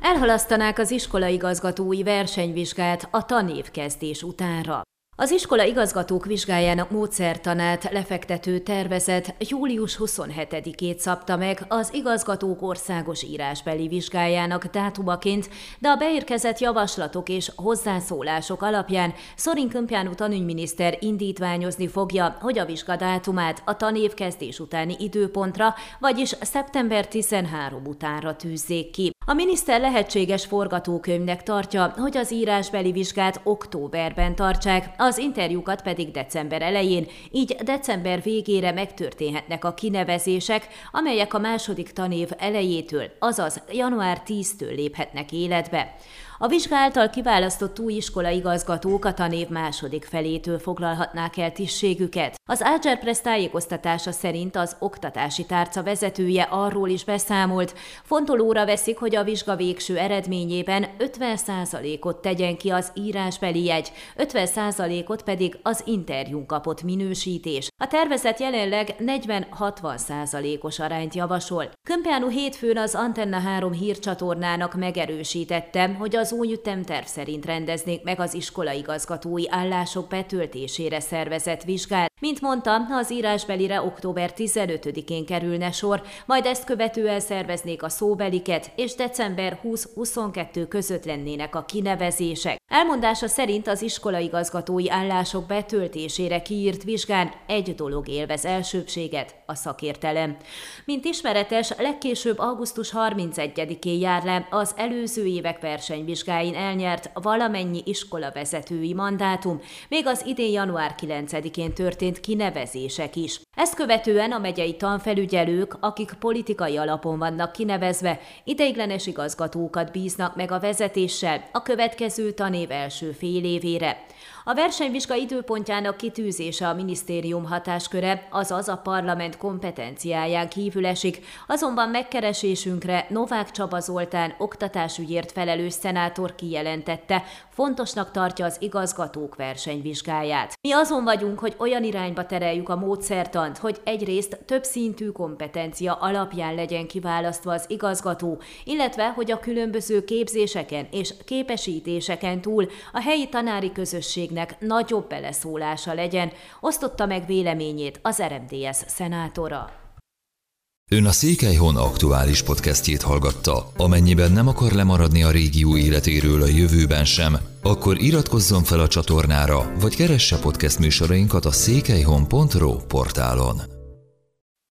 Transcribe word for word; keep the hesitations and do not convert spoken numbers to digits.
Elhalasztanák az iskolaigazgatói versenyvizsgát a tanévkezdés utánra. Az iskola igazgatók vizsgájának módszertanát lefektető tervezet július huszonhetedikét szabta meg az igazgatók országos írásbeli vizsgájának dátumaként, de a beérkezett javaslatok és hozzászólások alapján Sorin Câmpianu tanügyminiszter indítványozni fogja, hogy a vizsga dátumát a tanévkezdés utáni időpontra, vagyis szeptember tizenharmadika utánra tűzzék ki. A miniszter lehetséges forgatókönyvnek tartja, hogy az írásbeli vizsgát októberben tartsák, az interjúkat pedig december elején, így december végére megtörténhetnek a kinevezések, amelyek a második tanév elejétől, azaz január tizenedikétől léphetnek életbe. A vizsga által kiválasztott új iskolaigazgatók a tanév második felétől foglalhatnák el tisztségüket. Az Agerpress tájékoztatása szerint az oktatási tárca vezetője arról is beszámolt, fontolóra veszik, hogy a vizsga végső eredményében ötven százalékot tegyen ki az írásbeli jegy, ötven százalékot pedig az interjún kapott minősítés. A tervezet jelenleg negyven-hatvan százalékos arányt javasol. Câmpianu hétfőn az Antenna három hírcsatornának megerősítette, hogy az az új ütemterv szerint rendeznék meg az iskolaigazgatói állások betöltésére szervezett vizsgát. Mint mondta, az írásbelire október tizenötödikén kerülne sor, majd ezt követően szerveznék a szóbeliket, és december huszadika-huszonkettő között lennének a kinevezések. Elmondása szerint az iskolaigazgatói állások betöltésére kiírt vizsgán egy dolog élvez elsőbbséget, a szakértelem. Mint ismeretes, legkésőbb augusztus harmincegyedikén jár le az előző évek versenyvizsgáin elnyert valamennyi iskolavezetői mandátum, még az idén január kilencedikén történt kinevezések is. Ezt követően a megyei tanfelügyelők, akik politikai alapon vannak kinevezve, ideiglenes igazgatókat bíznak meg a vezetéssel a következő tanév első fél évére. A versenyvizsga időpontjának kitűzése a minisztérium hatásköre, azaz a parlament kompetenciáján kívül esik, azonban megkeresésünkre Novák Csaba Zoltán oktatásügyért felelős szenátor kijelentette, fontosnak tartja az igazgatók versenyvizsgáját. Mi azon vagyunk, hogy olyan irányba tereljük a módszertant, hogy egyrészt többszintű kompetencia alapján legyen kiválasztva az igazgató, illetve hogy a különböző képzéseken és képesítéseken túl a helyi tanári közösségnek nagyobb beleszólása legyen, osztotta meg véleményét az er em dé es szenátora. Ön a Székelyhon aktuális podcastjét hallgatta. Amennyiben nem akar lemaradni a régió életéről a jövőben sem, akkor iratkozzon fel a csatornára, vagy keresse podcast műsorainkat a székelyhon pont ro portálon.